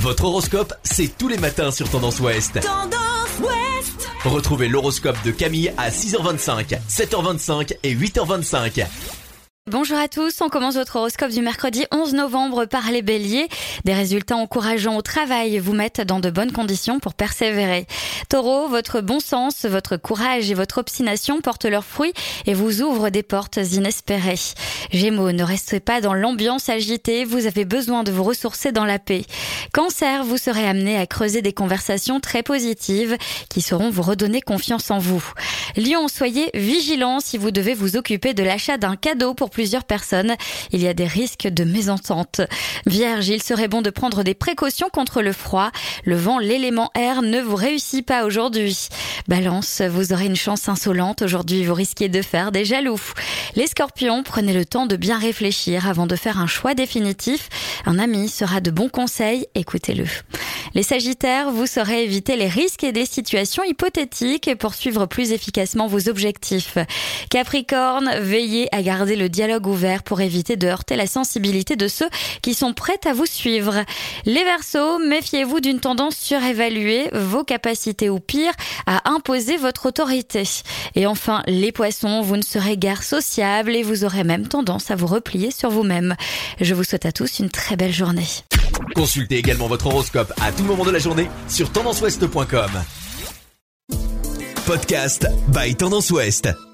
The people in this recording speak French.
Votre horoscope, c'est tous les matins sur Tendance Ouest. Tendance Ouest. Retrouvez l'horoscope de Camille à 6h25, 7h25 et 8h25. Bonjour à tous, on commence votre horoscope du mercredi 11 novembre par les béliers. Des résultats encourageants au travail vous mettent dans de bonnes conditions pour persévérer. Taureau, votre bon sens, votre courage et votre obstination portent leurs fruits et vous ouvrent des portes inespérées. Gémeaux, ne restez pas dans l'ambiance agitée, vous avez besoin de vous ressourcer dans la paix. Cancer, vous serez amené à creuser des conversations très positives qui sauront vous redonner confiance en vous. Lion, soyez vigilants si vous devez vous occuper de l'achat d'un cadeau pour plusieurs personnes. Il y a des risques de mésentente. Vierge, il serait bon de prendre des précautions contre le froid. Le vent, l'élément air ne vous réussit pas aujourd'hui. Balance, vous aurez une chance insolente. Aujourd'hui, vous risquez de faire des jaloux. Les scorpions, prenez le temps de bien réfléchir avant de faire un choix définitif. Un ami sera de bons conseils, écoutez-le. Les sagittaires, vous saurez éviter les risques et des situations hypothétiques et poursuivre plus efficacement vos objectifs. Capricorne, veillez à garder le dialogue ouvert pour éviter de heurter la sensibilité de ceux qui sont prêts à vous suivre. Les Verseaux, méfiez-vous d'une tendance surévaluée, vos capacités ou pire à imposer votre autorité. Et enfin, les Poissons, vous ne serez guère sociable et vous aurez même tendance à vous replier sur vous-même. Je vous souhaite à tous une très belle journée. Consultez également votre horoscope à tout moment de la journée sur tendanceouest.com. Podcast by Tendance Ouest.